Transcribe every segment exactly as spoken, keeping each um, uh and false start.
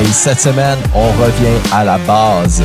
Hey, cette semaine, on revient à la base.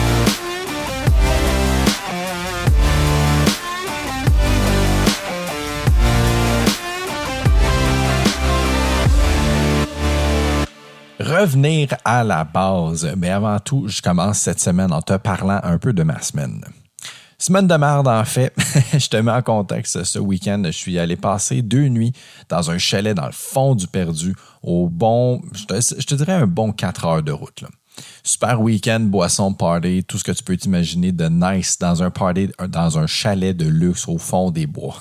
Revenir à la base. Mais avant tout, je commence cette semaine en te parlant un peu de ma semaine. Semaine de merde, en fait. Je te mets en contexte. Ce week-end, je suis allé passer deux nuits dans un chalet dans le fond du Perdu, au bon, je te, je te dirais un bon quatre heures de route, là. Super week-end, boisson, party, tout ce que tu peux t'imaginer de nice dans un party, dans un chalet de luxe au fond des bois.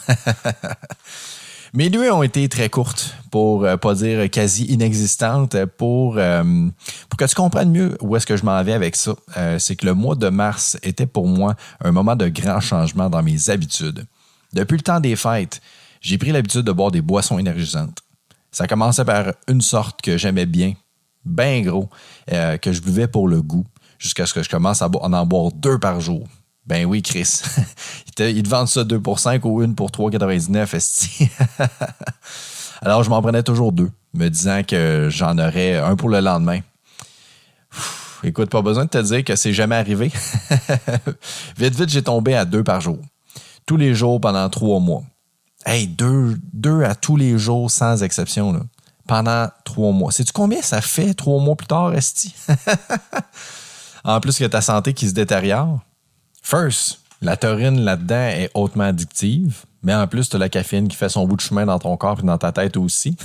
Mes nuits ont été très courtes, pour euh, pas dire quasi inexistantes, pour, euh, pour que tu comprennes mieux où est-ce que je m'en vais avec ça. Euh, c'est que le mois de mars était pour moi un moment de grand changement dans mes habitudes. Depuis le temps des fêtes, j'ai pris l'habitude de boire des boissons énergisantes. Ça commençait par une sorte que j'aimais bien, bien gros, euh, que je buvais pour le goût, jusqu'à ce que je commence à, bo- à en boire deux par jour. Ben oui, Chris. Ils te, ils te vendent ça deux pour cinq ou une pour trois virgule quatre-vingt-dix-neuf, esti. Alors, je m'en prenais toujours deux, me disant que j'en aurais un pour le lendemain. Ouf, écoute, pas besoin de te dire que c'est jamais arrivé. Vite, vite, j'ai tombé à deux par jour. Tous les jours pendant trois mois. Hey, deux, deux à tous les jours, sans exception, là. Pendant trois mois. Sais-tu combien ça fait trois mois plus tard, esti? En plus que ta santé qui se détériore. First, la taurine là-dedans est hautement addictive, mais en plus, tu as la caféine qui fait son bout de chemin dans ton corps et dans ta tête aussi.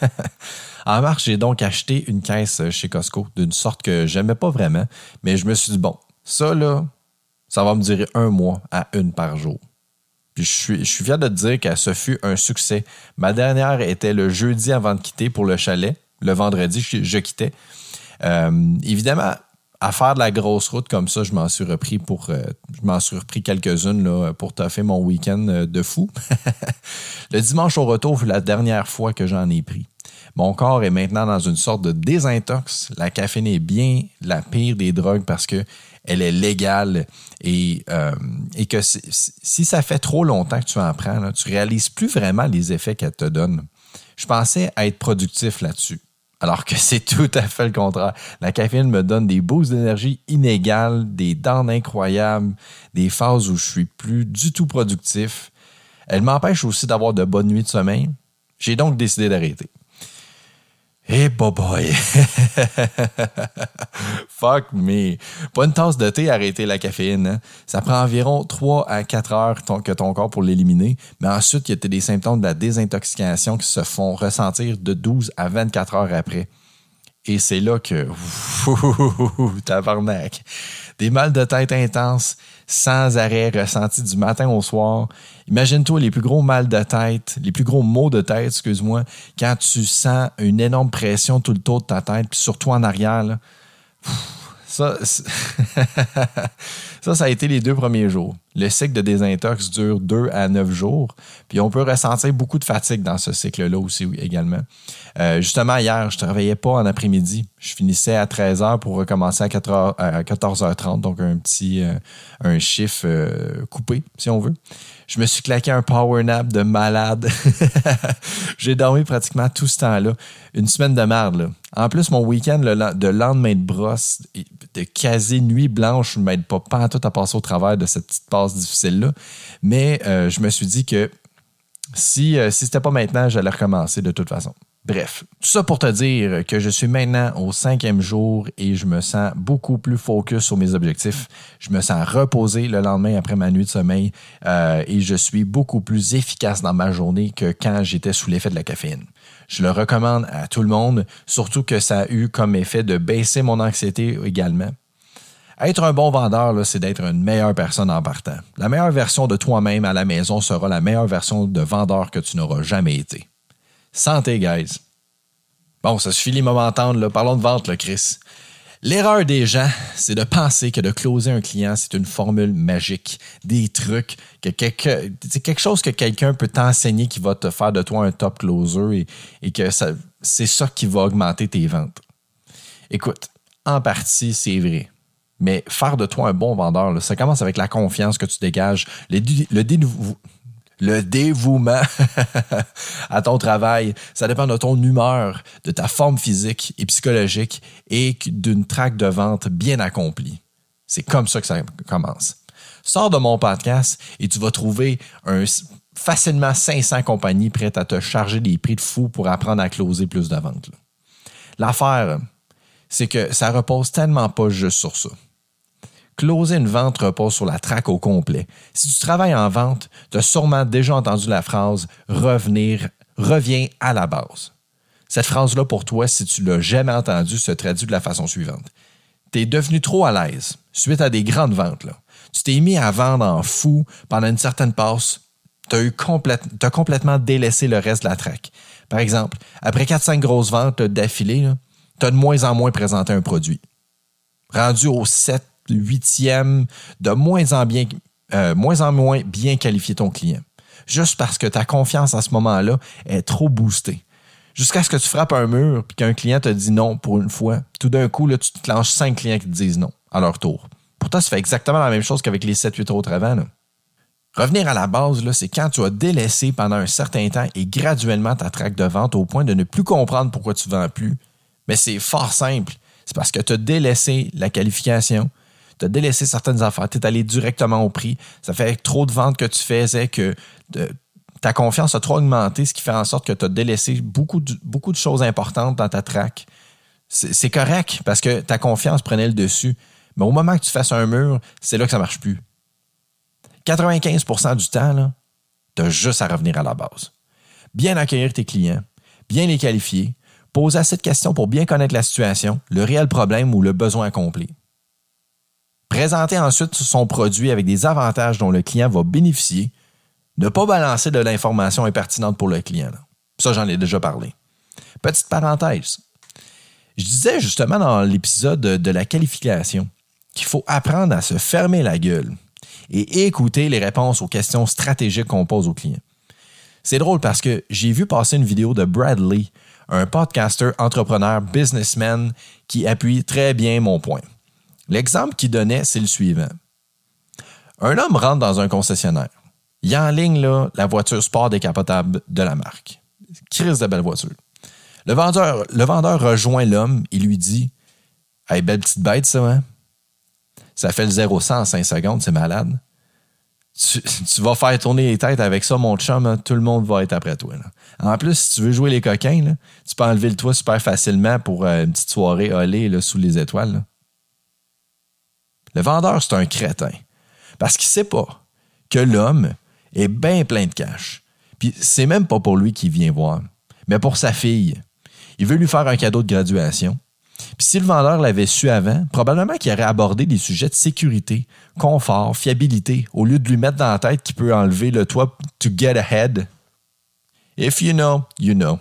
En mars, j'ai donc acheté une caisse chez Costco d'une sorte que j'aimais pas vraiment, mais je me suis dit, bon, ça là, ça va me durer un mois à une par jour. Puis je suis, je suis fier de te dire que ce fut un succès. Ma dernière était le jeudi avant de quitter pour le chalet. Le vendredi, je, je quittais. Euh, évidemment, à faire de la grosse route comme ça, je m'en suis repris pour, euh, je m'en suis repris quelques-unes là, pour toffer mon week-end de fou. Le dimanche au retour fut la dernière fois que j'en ai pris. Mon corps est maintenant dans une sorte de désintox. La caféine est bien la pire des drogues parce que elle est légale et, euh, et que si, si ça fait trop longtemps que tu en prends, là, tu réalises plus vraiment les effets qu'elle te donne. Je pensais être productif là-dessus. Alors que c'est tout à fait le contraire. La caféine me donne des boosts d'énergie inégales, des dents incroyables, des phases où je suis plus du tout productif. Elle m'empêche aussi d'avoir de bonnes nuits de sommeil. J'ai donc décidé d'arrêter. Eh, boy! Fuck me! Pas une tasse de thé à arrêter la caféine. Hein? Ça prend environ trois à quatre heures ton, que ton corps pour l'éliminer. Mais ensuite, il y a des symptômes de la désintoxication qui se font ressentir de douze à vingt-quatre heures après. Et c'est là que... Tabarnak! Des mal de tête intenses, sans arrêt, ressentis du matin au soir. Imagine-toi les plus gros mal de tête, les plus gros maux de tête, excuse-moi, quand tu sens une énorme pression tout le tour de ta tête, puis surtout en arrière. Là. Ça, ça, ça a été les deux premiers jours. Le cycle de désintox dure deux à neuf jours. Puis on peut ressentir beaucoup de fatigue dans ce cycle-là aussi également. Euh, justement, hier, je ne travaillais pas en après-midi. Je finissais à treize heures pour recommencer à quatorze heures trente, donc un petit euh, un chiffre euh, coupé, si on veut. Je me suis claqué un power nap de malade. J'ai dormi pratiquement tout ce temps-là. Une semaine de merde, là. En plus, mon week-end le, de lendemain de brosse, de quasi nuit blanche, ne m'aide pas pantoute à passer au travers de cette petite passe difficile-là. Mais euh, je me suis dit que si, euh, si c'était pas maintenant, j'allais recommencer de toute façon. Bref, tout ça pour te dire que je suis maintenant au cinquième jour et je me sens beaucoup plus focus sur mes objectifs. Je me sens reposé le lendemain après ma nuit de sommeil euh, et je suis beaucoup plus efficace dans ma journée que quand j'étais sous l'effet de la caféine. Je le recommande à tout le monde, surtout que ça a eu comme effet de baisser mon anxiété également. Être un bon vendeur, là, c'est d'être une meilleure personne en partant. La meilleure version de toi-même à la maison sera la meilleure version de vendeur que tu n'auras jamais été. Santé, guys! Bon, ça suffit les moments d'entendre, là. Parlons de vente, là, Chris. L'erreur des gens, c'est de penser que de closer un client, c'est une formule magique, des trucs, que quelque, c'est quelque chose que quelqu'un peut t'enseigner qui va te faire de toi un top closer et, et que ça, c'est ça qui va augmenter tes ventes. Écoute, en partie, c'est vrai. Mais faire de toi un bon vendeur, là, ça commence avec la confiance que tu dégages, le, le, dénouveau, Le dévouement à ton travail, ça dépend de ton humeur, de ta forme physique et psychologique et d'une traque de vente bien accomplie. C'est comme ça que ça commence. Sors de mon podcast et tu vas trouver un, facilement cinq cents compagnies prêtes à te charger des prix de fou pour apprendre à closer plus de ventes. L'affaire, c'est que ça repose tellement pas juste sur ça. Closer une vente repose sur la traque au complet. Si tu travailles en vente, tu as sûrement déjà entendu la phrase « revenir, reviens à la base ». Cette phrase-là, pour toi, si tu ne l'as jamais entendue, se traduit de la façon suivante. Tu es devenu trop à l'aise suite à des grandes ventes. Là. Tu t'es mis à vendre en fou pendant une certaine passe. Tu as, eu complète, t'as complètement délaissé le reste de la traque. Par exemple, après quatre cinq grosses ventes là, d'affilée, tu as de moins en moins présenté un produit. Rendu au sept huitième, de moins en, bien, euh, moins en moins bien qualifier ton client. Juste parce que ta confiance à ce moment-là est trop boostée. Jusqu'à ce que tu frappes un mur et qu'un client te dit non pour une fois, tout d'un coup, là, tu te clenches cinq clients qui te disent non à leur tour. Pourtant, ça fait exactement la même chose qu'avec les sept huit autres avant. Là. Revenir à la base, là, c'est quand tu as délaissé pendant un certain temps et graduellement ta traque de vente au point de ne plus comprendre pourquoi tu ne vends plus. Mais c'est fort simple. C'est parce que tu as délaissé la qualification, tu as délaissé certaines affaires, tu es allé directement au prix. Ça fait trop de ventes que tu faisais que de, ta confiance a trop augmenté, ce qui fait en sorte que tu as délaissé beaucoup de, beaucoup de choses importantes dans ta traque. C'est, c'est correct parce que ta confiance prenait le dessus. Mais au moment que tu fasses un mur, c'est là que ça ne marche plus. quatre-vingt-quinze pour cent du temps, tu as juste à revenir à la base. Bien accueillir tes clients, bien les qualifier, poser assez de questions pour bien connaître la situation, le réel problème ou le besoin accompli. Présenter ensuite son produit avec des avantages dont le client va bénéficier. Ne pas balancer de l'information impertinente pour le client. Là. Ça, j'en ai déjà parlé. Petite parenthèse. Je disais justement dans l'épisode de la qualification qu'il faut apprendre à se fermer la gueule et écouter les réponses aux questions stratégiques qu'on pose aux clients. C'est drôle parce que j'ai vu passer une vidéo de Bradley, un podcaster, entrepreneur, businessman qui appuie très bien mon point. L'exemple qu'il donnait, c'est le suivant. Un homme rentre dans un concessionnaire. Il enligne là, la voiture sport décapotable de la marque. Crise de belle voiture. Le vendeur, le vendeur rejoint l'homme et lui dit « Hey, belle petite bête, ça, hein? Ça fait le zéro à cent en cinq secondes, c'est malade. Tu, tu vas faire tourner les têtes avec ça, mon chum, hein? Tout le monde va être après toi. Là. En plus, si tu veux jouer les coquins, là, tu peux enlever le toit super facilement pour euh, une petite soirée holée là, sous les étoiles. Là. » Le vendeur, c'est un crétin. Parce qu'il ne sait pas que l'homme est bien plein de cash. Puis c'est même pas pour lui qu'il vient voir, mais pour sa fille. Il veut lui faire un cadeau de graduation. Puis si le vendeur l'avait su avant, probablement qu'il aurait abordé des sujets de sécurité, confort, fiabilité, au lieu de lui mettre dans la tête qu'il peut enlever le toit to get ahead. If you know, you know.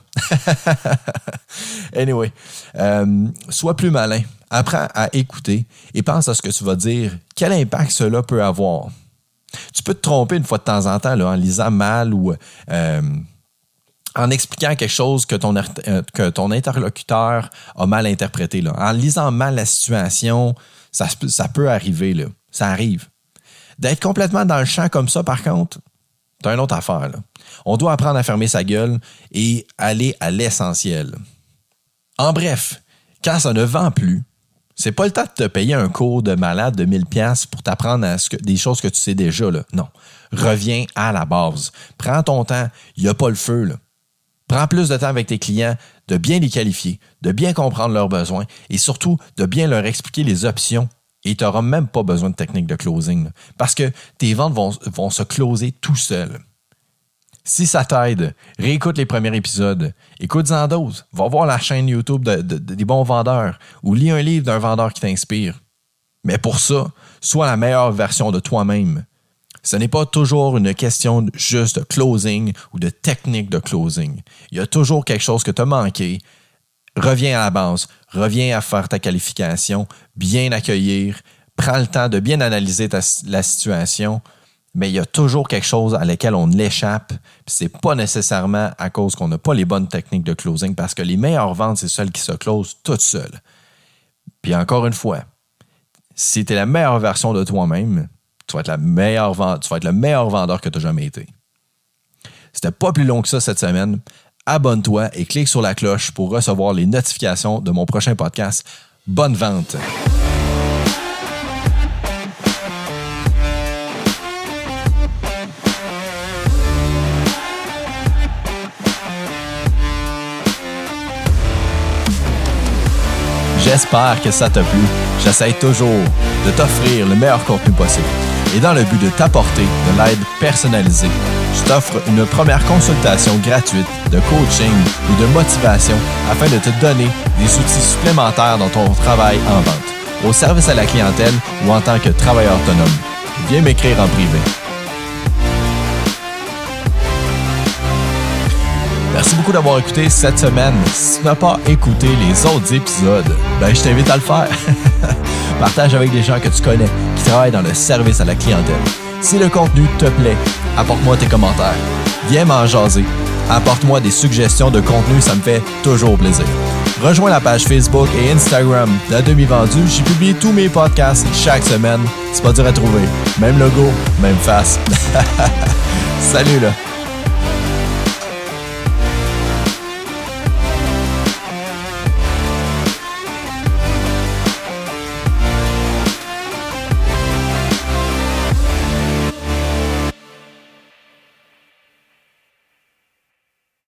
Anyway, euh, sois plus malin. Apprends à écouter et pense à ce que tu vas dire. Quel impact cela peut avoir? Tu peux te tromper une fois de temps en temps là, en lisant mal ou euh, en expliquant quelque chose que ton, que ton interlocuteur a mal interprété. Là. En lisant mal la situation, ça, ça peut arriver. Là. Ça arrive. D'être complètement dans le champ comme ça, par contre, c'est une autre affaire. Là. On doit apprendre à fermer sa gueule et aller à l'essentiel. En bref, quand ça ne vend plus, c'est pas le temps de te payer un cours de malade de mille dollars pour t'apprendre à ce que, des choses que tu sais déjà. Là. Non. Reviens à la base. Prends ton temps. Il n'y a pas le feu. Là. Prends plus de temps avec tes clients, de bien les qualifier, de bien comprendre leurs besoins et surtout de bien leur expliquer les options. Et tu n'auras même pas besoin de technique de closing. Là, parce que tes ventes vont, vont se closer tout seuls. Si ça t'aide, réécoute les premiers épisodes. Écoute-en en dose. Va voir la chaîne YouTube de, de, de, des bons vendeurs ou lis un livre d'un vendeur qui t'inspire. Mais pour ça, sois la meilleure version de toi-même. Ce n'est pas toujours une question juste de closing ou de technique de closing. Il y a toujours quelque chose que tu as manqué. Reviens à la base. Reviens à faire ta qualification, bien accueillir. Prends le temps de bien analyser ta, la situation. Mais il y a toujours quelque chose à laquelle on l'échappe. Ce n'est pas nécessairement à cause qu'on n'a pas les bonnes techniques de closing parce que les meilleures ventes, c'est celles qui se closent toutes seules. Puis encore une fois, si tu es la meilleure version de toi-même, tu vas être la meilleure vente, tu vas être le meilleur vendeur que tu as jamais été. C'était pas plus long que ça cette semaine. Abonne-toi et clique sur la cloche pour recevoir les notifications de mon prochain podcast. Bonne vente! J'espère que ça t'a plu. J'essaie toujours de t'offrir le meilleur contenu possible. Et dans le but de t'apporter de l'aide personnalisée, je t'offre une première consultation gratuite de coaching ou de motivation afin de te donner des outils supplémentaires dans ton travail en vente, au service à la clientèle ou en tant que travailleur autonome. Viens m'écrire en privé. Merci beaucoup d'avoir écouté cette semaine. Si tu n'as pas écouté les autres épisodes, ben je t'invite à le faire. Partage avec des gens que tu connais qui travaillent dans le service à la clientèle. Si le contenu te plaît, apporte-moi tes commentaires. Viens m'en jaser. Apporte-moi des suggestions de contenu, ça me fait toujours plaisir. Rejoins la page Facebook et Instagram de Demi-Vendu. J'y publie tous mes podcasts chaque semaine. C'est pas dur à trouver. Même logo, même face. Salut là!